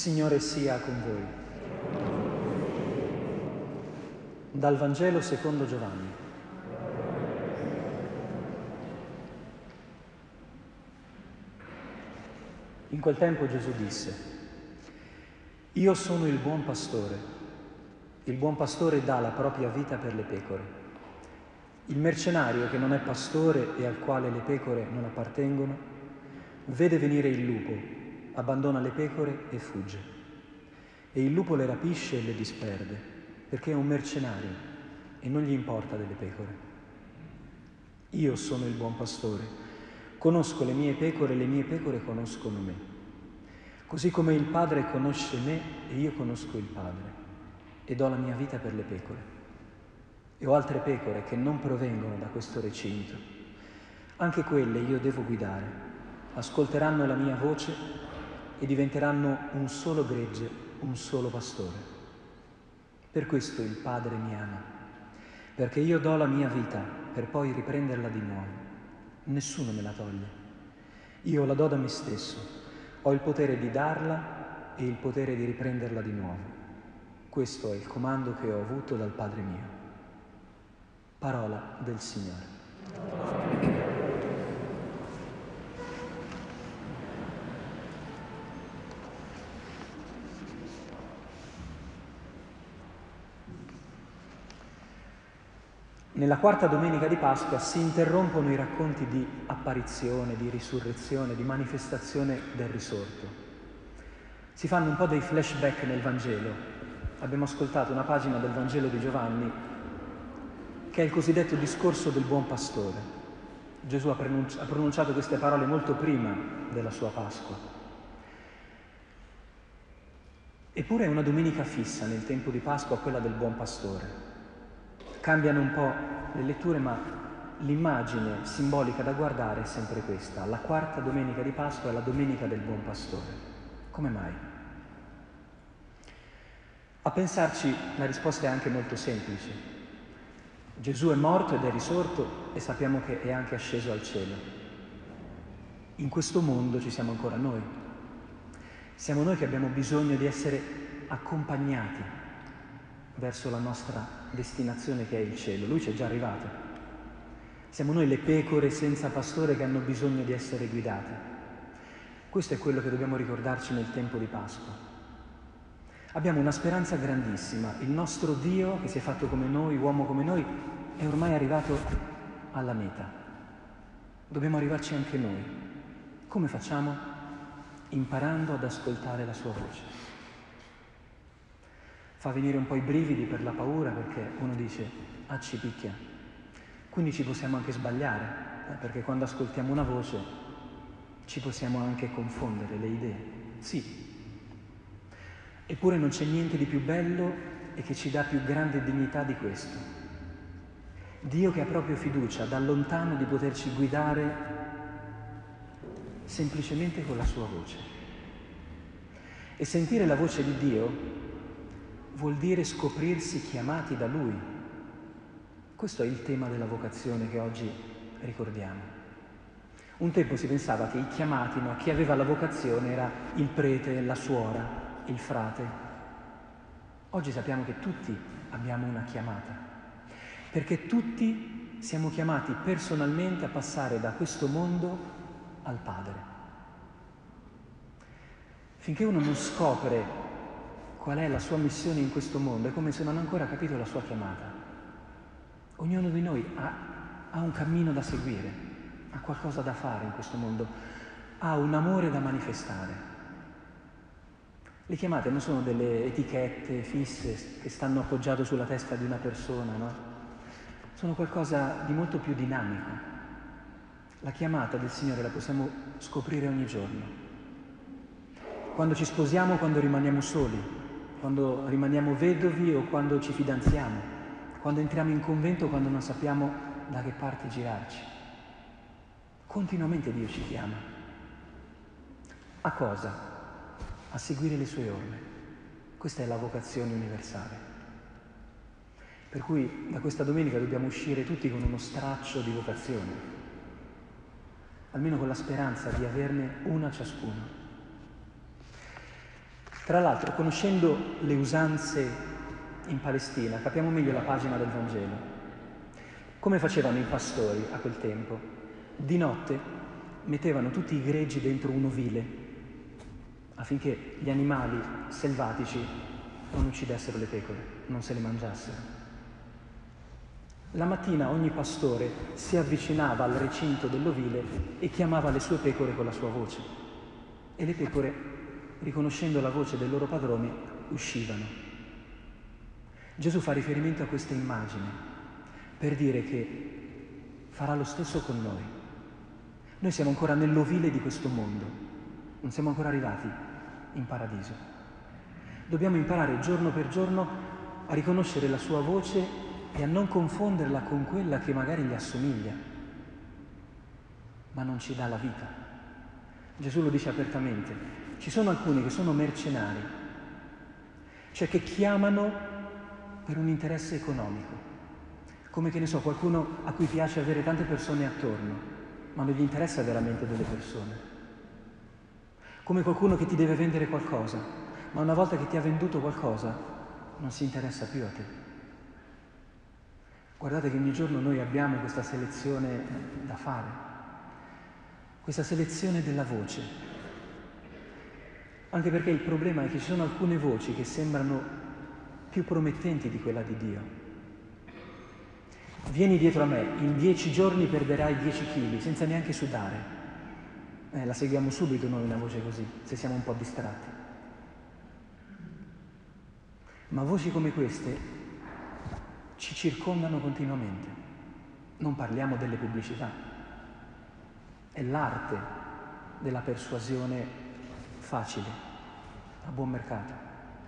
Signore sia con voi. Dal Vangelo secondo Giovanni. In quel tempo Gesù disse: Io sono il buon pastore. Il buon pastore dà la propria vita per le pecore. Il mercenario che non è pastore e al quale le pecore non appartengono, vede venire il lupo, abbandona le pecore e fugge. E il lupo le rapisce e le disperde, perché è un mercenario e non gli importa delle pecore. Io sono il buon pastore, conosco le mie pecore e le mie pecore conoscono me. Così come il Padre conosce me e io conosco il Padre, e do la mia vita per le pecore. E ho altre pecore che non provengono da questo recinto. Anche quelle io devo guidare. Ascolteranno la mia voce e diventeranno un solo gregge, un solo pastore. Per questo il Padre mi ama, perché io do la mia vita per poi riprenderla di nuovo. Nessuno me la toglie. Io la do da me stesso. Ho il potere di darla e il potere di riprenderla di nuovo. Questo è il comando che ho avuto dal Padre mio. Parola del Signore. Nella quarta domenica di Pasqua si interrompono i racconti di apparizione, di risurrezione, di manifestazione del risorto. Si fanno un po' dei flashback nel Vangelo. Abbiamo ascoltato una pagina del Vangelo di Giovanni che è il cosiddetto discorso del buon pastore. Gesù ha pronunciato queste parole molto prima della sua Pasqua. Eppure è una domenica fissa nel tempo di Pasqua, quella del buon pastore. Cambiano un po' le letture, ma l'immagine simbolica da guardare è sempre questa. La quarta domenica di Pasqua è la domenica del buon pastore. Come mai? A pensarci la risposta è anche molto semplice. Gesù è morto ed è risorto e sappiamo che è anche asceso al cielo. In questo mondo ci siamo ancora noi. Siamo noi che abbiamo bisogno di essere accompagnati verso la nostra destinazione che è il cielo. Lui ci è già arrivato. Siamo noi le pecore senza pastore che hanno bisogno di essere guidate. Questo è quello che dobbiamo ricordarci nel tempo di Pasqua. Abbiamo una speranza grandissima. Il nostro Dio, che si è fatto come noi, uomo come noi, è ormai arrivato alla meta. Dobbiamo arrivarci anche noi. Come facciamo? Imparando ad ascoltare la sua voce. Fa venire un po' i brividi per la paura, perché uno dice, ci picchia. Quindi ci possiamo anche sbagliare, perché quando ascoltiamo una voce ci possiamo anche confondere le idee. Sì. Eppure non c'è niente di più bello e che ci dà più grande dignità di questo. Dio che ha proprio fiducia da lontano di poterci guidare semplicemente con la sua voce. E sentire la voce di Dio vuol dire scoprirsi chiamati da Lui. Questo è il tema della vocazione che oggi ricordiamo. Un tempo si pensava che i chiamati, no, chi aveva la vocazione era il prete, la suora, il frate. Oggi sappiamo che tutti abbiamo una chiamata, perché tutti siamo chiamati personalmente a passare da questo mondo al Padre. Finché uno non scopre qual è la sua missione in questo mondo, è come se non ha ancora capito la sua chiamata. Ognuno di noi ha un cammino da seguire, ha qualcosa da fare in questo mondo, ha un amore da manifestare. Le chiamate non sono delle etichette fisse che stanno appoggiate sulla testa di una persona, no? Sono qualcosa di molto più dinamico. La chiamata del Signore la possiamo scoprire ogni giorno. Quando ci sposiamo, quando rimaniamo soli, quando rimaniamo vedovi o quando ci fidanziamo, quando entriamo in convento, quando non sappiamo da che parte girarci. Continuamente Dio ci chiama. A cosa? A seguire le sue orme. Questa è la vocazione universale. Per cui da questa domenica dobbiamo uscire tutti con uno straccio di vocazione, almeno con la speranza di averne una ciascuno. Tra l'altro, conoscendo le usanze in Palestina, capiamo meglio la pagina del Vangelo. Come facevano i pastori a quel tempo? Di notte mettevano tutti i greggi dentro un ovile affinché gli animali selvatici non uccidessero le pecore, non se le mangiassero. La mattina ogni pastore si avvicinava al recinto dell'ovile e chiamava le sue pecore con la sua voce. E le pecore, riconoscendo la voce dei loro padroni, uscivano. Gesù fa riferimento a questa immagine per dire che farà lo stesso con noi. Noi siamo ancora nell'ovile di questo mondo, non siamo ancora arrivati in paradiso. Dobbiamo imparare giorno per giorno a riconoscere la sua voce e a non confonderla con quella che magari gli assomiglia, ma non ci dà la vita. Gesù lo dice apertamente. Ci sono alcuni che sono mercenari, cioè che chiamano per un interesse economico. Come, che ne so, qualcuno a cui piace avere tante persone attorno, ma non gli interessa veramente delle persone. Come qualcuno che ti deve vendere qualcosa, ma una volta che ti ha venduto qualcosa, non si interessa più a te. Guardate che ogni giorno noi abbiamo questa selezione da fare, questa selezione della voce. Anche perché il problema è che ci sono alcune voci che sembrano più promettenti di quella di Dio. Vieni dietro a me, in 10 giorni perderai 10 kg, senza neanche sudare. La seguiamo subito noi una voce così, se siamo un po' distratti. Ma voci come queste ci circondano continuamente. Non parliamo delle pubblicità. È l'arte della persuasione facile, a buon mercato.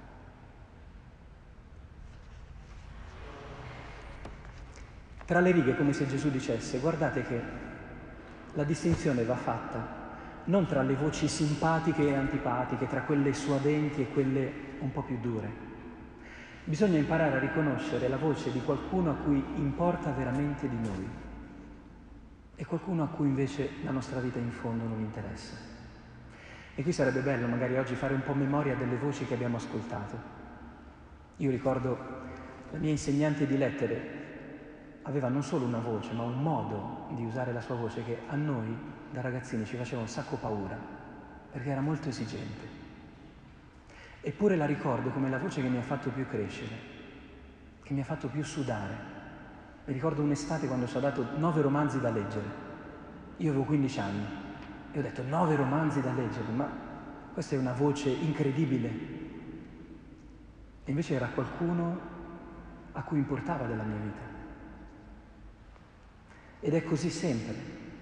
Tra le righe, come se Gesù dicesse, guardate che la distinzione va fatta non tra le voci simpatiche e antipatiche, tra quelle suadenti e quelle un po' più dure. Bisogna imparare a riconoscere la voce di qualcuno a cui importa veramente di noi e qualcuno a cui invece la nostra vita in fondo non interessa. E qui sarebbe bello magari oggi fare un po' memoria delle voci che abbiamo ascoltato. Io ricordo la mia insegnante di lettere aveva non solo una voce, ma un modo di usare la sua voce che a noi, da ragazzini, ci faceva un sacco paura, perché era molto esigente. Eppure la ricordo come la voce che mi ha fatto più crescere, che mi ha fatto più sudare. Mi ricordo un'estate quando ci ha dato 9 romanzi da leggere. Io avevo 15 anni e ho detto 9 romanzi da leggere, ma questa è una voce incredibile. E invece era qualcuno a cui importava della mia vita. Ed è così sempre.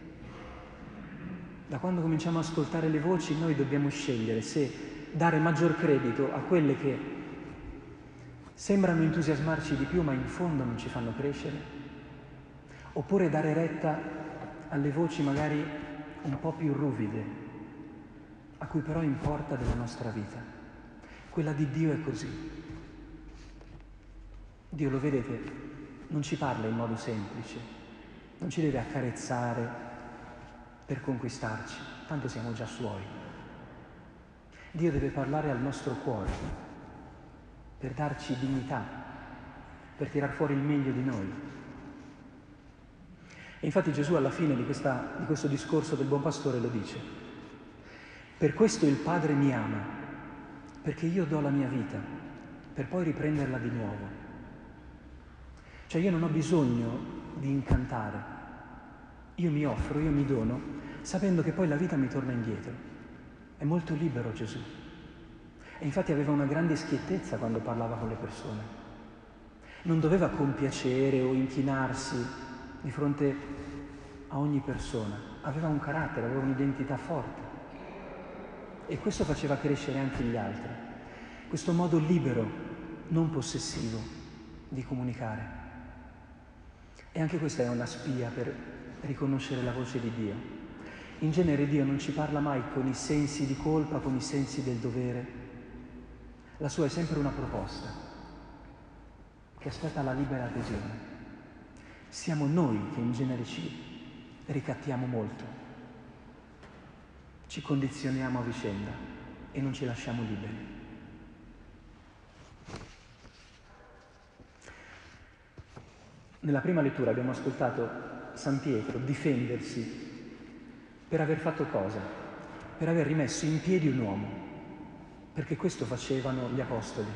Da quando cominciamo ad ascoltare le voci noi dobbiamo scegliere se dare maggior credito a quelle che sembrano entusiasmarci di più ma in fondo non ci fanno crescere, oppure dare retta alle voci magari un po' più ruvide, a cui però importa della nostra vita. Quella di Dio è così. Dio, lo vedete, non ci parla in modo semplice. Non ci deve accarezzare per conquistarci, tanto siamo già suoi. Dio deve parlare al nostro cuore per darci dignità, per tirar fuori il meglio di noi. E infatti Gesù alla fine di questo discorso del buon pastore lo dice: per questo il Padre mi ama, perché io do la mia vita, per poi riprenderla di nuovo. Cioè io non ho bisogno di incantare, io mi offro, io mi dono, sapendo che poi la vita mi torna indietro. È molto libero Gesù. E infatti aveva una grande schiettezza quando parlava con le persone. Non doveva compiacere o inchinarsi di fronte a ogni persona. Aveva un carattere, aveva un'identità forte. E questo faceva crescere anche gli altri. Questo modo libero, non possessivo, di comunicare. E anche questa è una spia per riconoscere la voce di Dio. In genere Dio non ci parla mai con i sensi di colpa, con i sensi del dovere. La sua è sempre una proposta che aspetta la libera adesione. Siamo noi che in genere ci ricattiamo molto, ci condizioniamo a vicenda e non ci lasciamo liberi. Nella prima lettura abbiamo ascoltato San Pietro difendersi per aver fatto cosa? Per aver rimesso in piedi un uomo, perché questo facevano gli apostoli.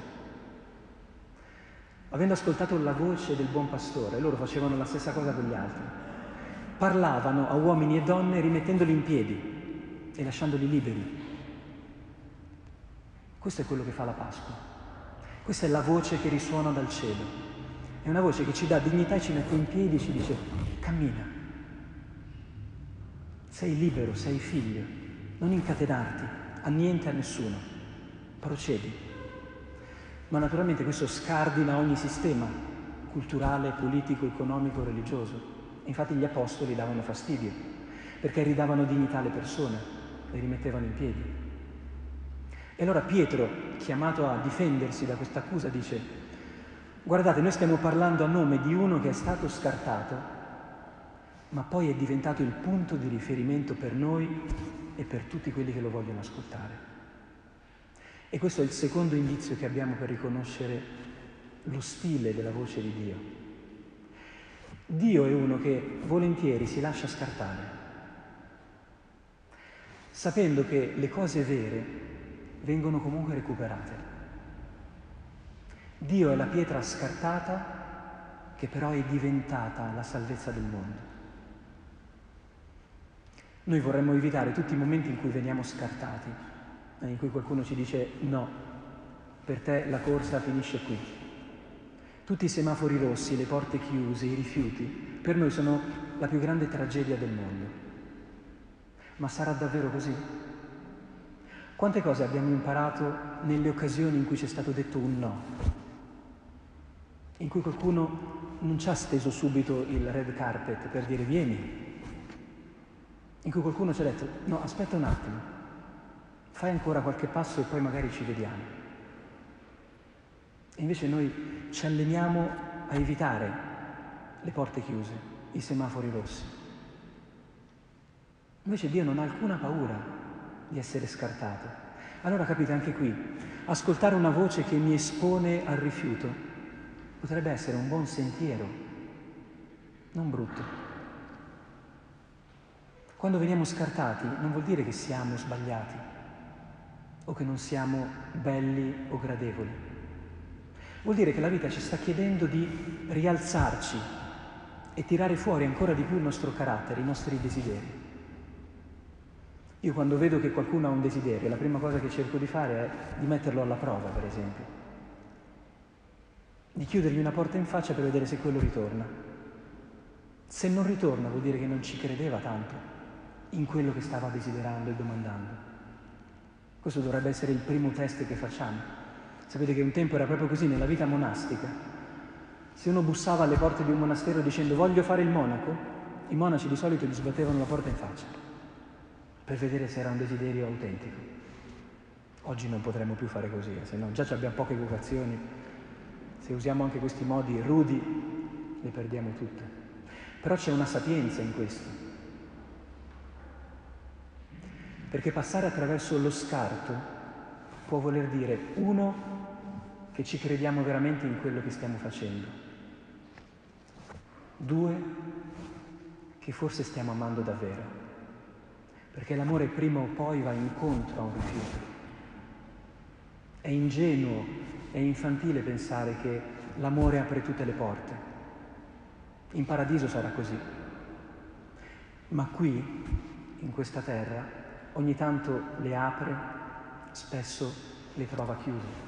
Avendo ascoltato la voce del buon pastore, loro facevano la stessa cosa con gli altri. Parlavano a uomini e donne rimettendoli in piedi e lasciandoli liberi. Questo è quello che fa la Pasqua. Questa è la voce che risuona dal cielo. È una voce che ci dà dignità e ci mette in piedi e ci dice: cammina. Sei libero, sei figlio. Non incatenarti a niente e a nessuno. Procedi. Ma naturalmente questo scardina ogni sistema culturale, politico, economico, religioso. Infatti gli apostoli davano fastidio, perché ridavano dignità alle persone, le rimettevano in piedi. E allora Pietro, chiamato a difendersi da questa accusa, dice: guardate, noi stiamo parlando a nome di uno che è stato scartato, ma poi è diventato il punto di riferimento per noi e per tutti quelli che lo vogliono ascoltare. E questo è il secondo indizio che abbiamo per riconoscere lo stile della voce di Dio. Dio è uno che volentieri si lascia scartare, sapendo che le cose vere vengono comunque recuperate. Dio è la pietra scartata che però è diventata la salvezza del mondo. Noi vorremmo evitare tutti i momenti in cui veniamo scartati, in cui qualcuno ci dice: no, per te la corsa finisce qui. Tutti i semafori rossi, le porte chiuse, i rifiuti, per noi sono la più grande tragedia del mondo. Ma sarà davvero così? Quante cose abbiamo imparato nelle occasioni in cui ci è stato detto un no? In cui qualcuno non ci ha steso subito il red carpet per dire vieni. In cui qualcuno ci ha detto: no, aspetta un attimo, fai ancora qualche passo e poi magari ci vediamo. E invece noi ci alleniamo a evitare le porte chiuse, i semafori rossi. Invece Dio non ha alcuna paura di essere scartato. Allora capite, anche qui, ascoltare una voce che mi espone al rifiuto potrebbe essere un buon sentiero, non brutto. Quando veniamo scartati non vuol dire che siamo sbagliati o che non siamo belli o gradevoli. Vuol dire che la vita ci sta chiedendo di rialzarci e tirare fuori ancora di più il nostro carattere, i nostri desideri. Io quando vedo che qualcuno ha un desiderio, la prima cosa che cerco di fare è di metterlo alla prova, per esempio. Di chiudergli una porta in faccia per vedere se quello ritorna. Se non ritorna vuol dire che non ci credeva tanto in quello che stava desiderando e domandando. Questo dovrebbe essere il primo test che facciamo. Sapete che un tempo era proprio così nella vita monastica. Se uno bussava alle porte di un monastero dicendo voglio fare il monaco, i monaci di solito gli sbattevano la porta in faccia per vedere se era un desiderio autentico. Oggi non potremmo più fare così, se no già abbiamo poche vocazioni. Se usiamo anche questi modi rudi, le perdiamo tutte. Però c'è una sapienza in questo. Perché passare attraverso lo scarto può voler dire, uno, che ci crediamo veramente in quello che stiamo facendo. 2, che forse stiamo amando davvero. Perché l'amore prima o poi va incontro a un rifiuto. È ingenuo, è infantile pensare che l'amore apre tutte le porte. In paradiso sarà così. Ma qui, in questa terra, ogni tanto le apre, spesso le trova chiuse.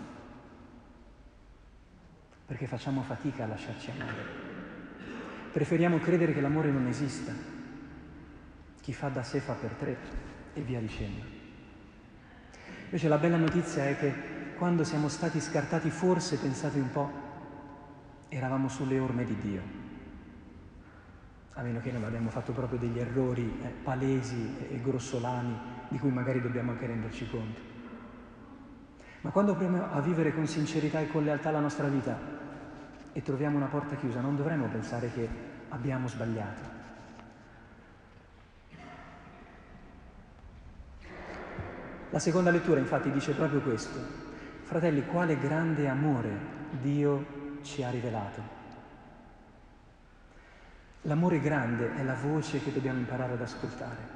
Perché facciamo fatica a lasciarci amare. Preferiamo credere che l'amore non esista. Chi fa da sé fa per 3 e via dicendo. Invece la bella notizia è che quando siamo stati scartati, forse, pensate un po', eravamo sulle orme di Dio. A meno che non abbiamo fatto proprio degli errori palesi e grossolani di cui magari dobbiamo anche renderci conto. Ma quando proviamo a vivere con sincerità e con lealtà la nostra vita e troviamo una porta chiusa, non dovremmo pensare che abbiamo sbagliato. La seconda lettura infatti dice proprio questo: fratelli, quale grande amore Dio ci ha rivelato. L'amore grande è la voce che dobbiamo imparare ad ascoltare.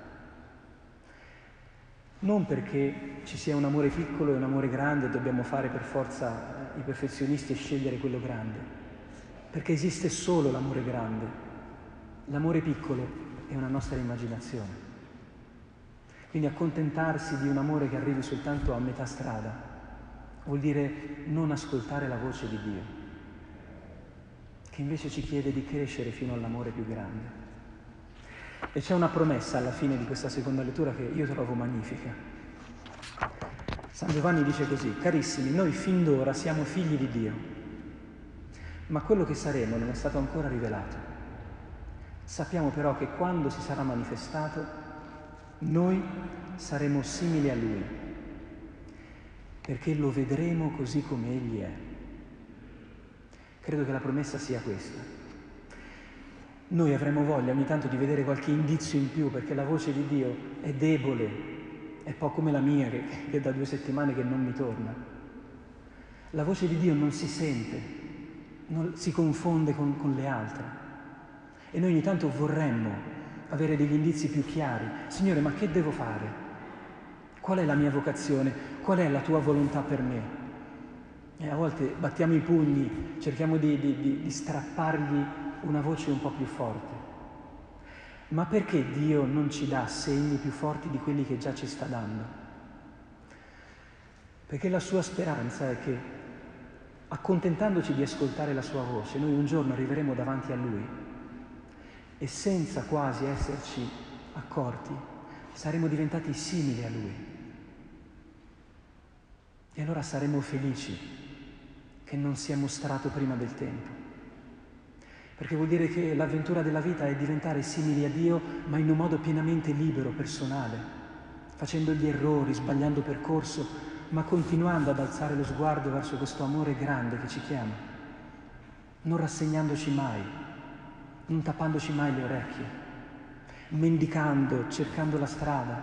Non perché ci sia un amore piccolo e un amore grande e dobbiamo fare per forza i perfezionisti e scegliere quello grande, perché esiste solo l'amore grande. L'amore piccolo è una nostra immaginazione. Quindi accontentarsi di un amore che arrivi soltanto a metà strada vuol dire non ascoltare la voce di Dio, che invece ci chiede di crescere fino all'amore più grande. E c'è una promessa alla fine di questa seconda lettura che io trovo magnifica. San Giovanni dice così: carissimi, noi fin d'ora siamo figli di Dio, ma quello che saremo non è stato ancora rivelato. Sappiamo però che quando si sarà manifestato, noi saremo simili a Lui, perché lo vedremo così come Egli è. Credo che la promessa sia questa. Noi avremo voglia ogni tanto di vedere qualche indizio in più, perché la voce di Dio è debole, è un po' come la mia che da 2 settimane che non mi torna. La voce di Dio non si sente, si confonde con le altre. E noi ogni tanto vorremmo avere degli indizi più chiari. Signore, ma che devo fare? Qual è la mia vocazione? Qual è la tua volontà per me? E a volte battiamo i pugni, cerchiamo di strappargli una voce un po' più forte. Ma perché Dio non ci dà segni più forti di quelli che già ci sta dando? Perché la sua speranza è che, accontentandoci di ascoltare la sua voce, noi un giorno arriveremo davanti a Lui e senza quasi esserci accorti saremo diventati simili a Lui. E allora saremo felici che non si è mostrato prima del tempo. Perché vuol dire che l'avventura della vita è diventare simili a Dio, ma in un modo pienamente libero, personale, facendo gli errori, sbagliando percorso, ma continuando ad alzare lo sguardo verso questo amore grande che ci chiama, non rassegnandoci mai, non tappandoci mai le orecchie, mendicando, cercando la strada.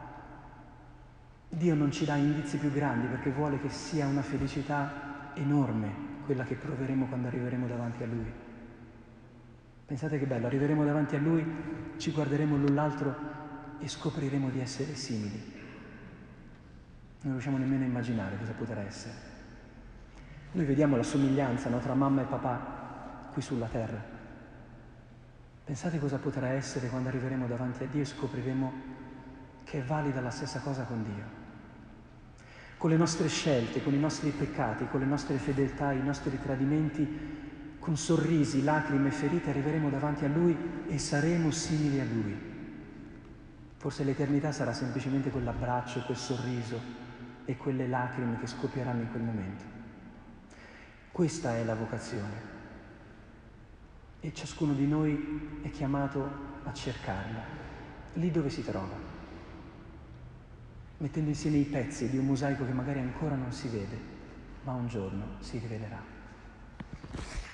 Dio non ci dà indizi più grandi perché vuole che sia una felicità enorme quella che proveremo quando arriveremo davanti a Lui. Pensate che bello, arriveremo davanti a Lui, ci guarderemo l'un l'altro e scopriremo di essere simili. Non riusciamo nemmeno a immaginare cosa potrà essere. Noi vediamo la somiglianza, no, tra mamma e papà qui sulla terra. Pensate cosa potrà essere quando arriveremo davanti a Dio e scopriremo che è valida la stessa cosa con Dio. Con le nostre scelte, con i nostri peccati, con le nostre fedeltà, i nostri tradimenti, con sorrisi, lacrime e ferite arriveremo davanti a Lui e saremo simili a Lui. Forse l'eternità sarà semplicemente quell'abbraccio, quel sorriso e quelle lacrime che scoppieranno in quel momento. Questa è la vocazione e ciascuno di noi è chiamato a cercarla, lì dove si trova, mettendo insieme i pezzi di un mosaico che magari ancora non si vede, ma un giorno si rivelerà.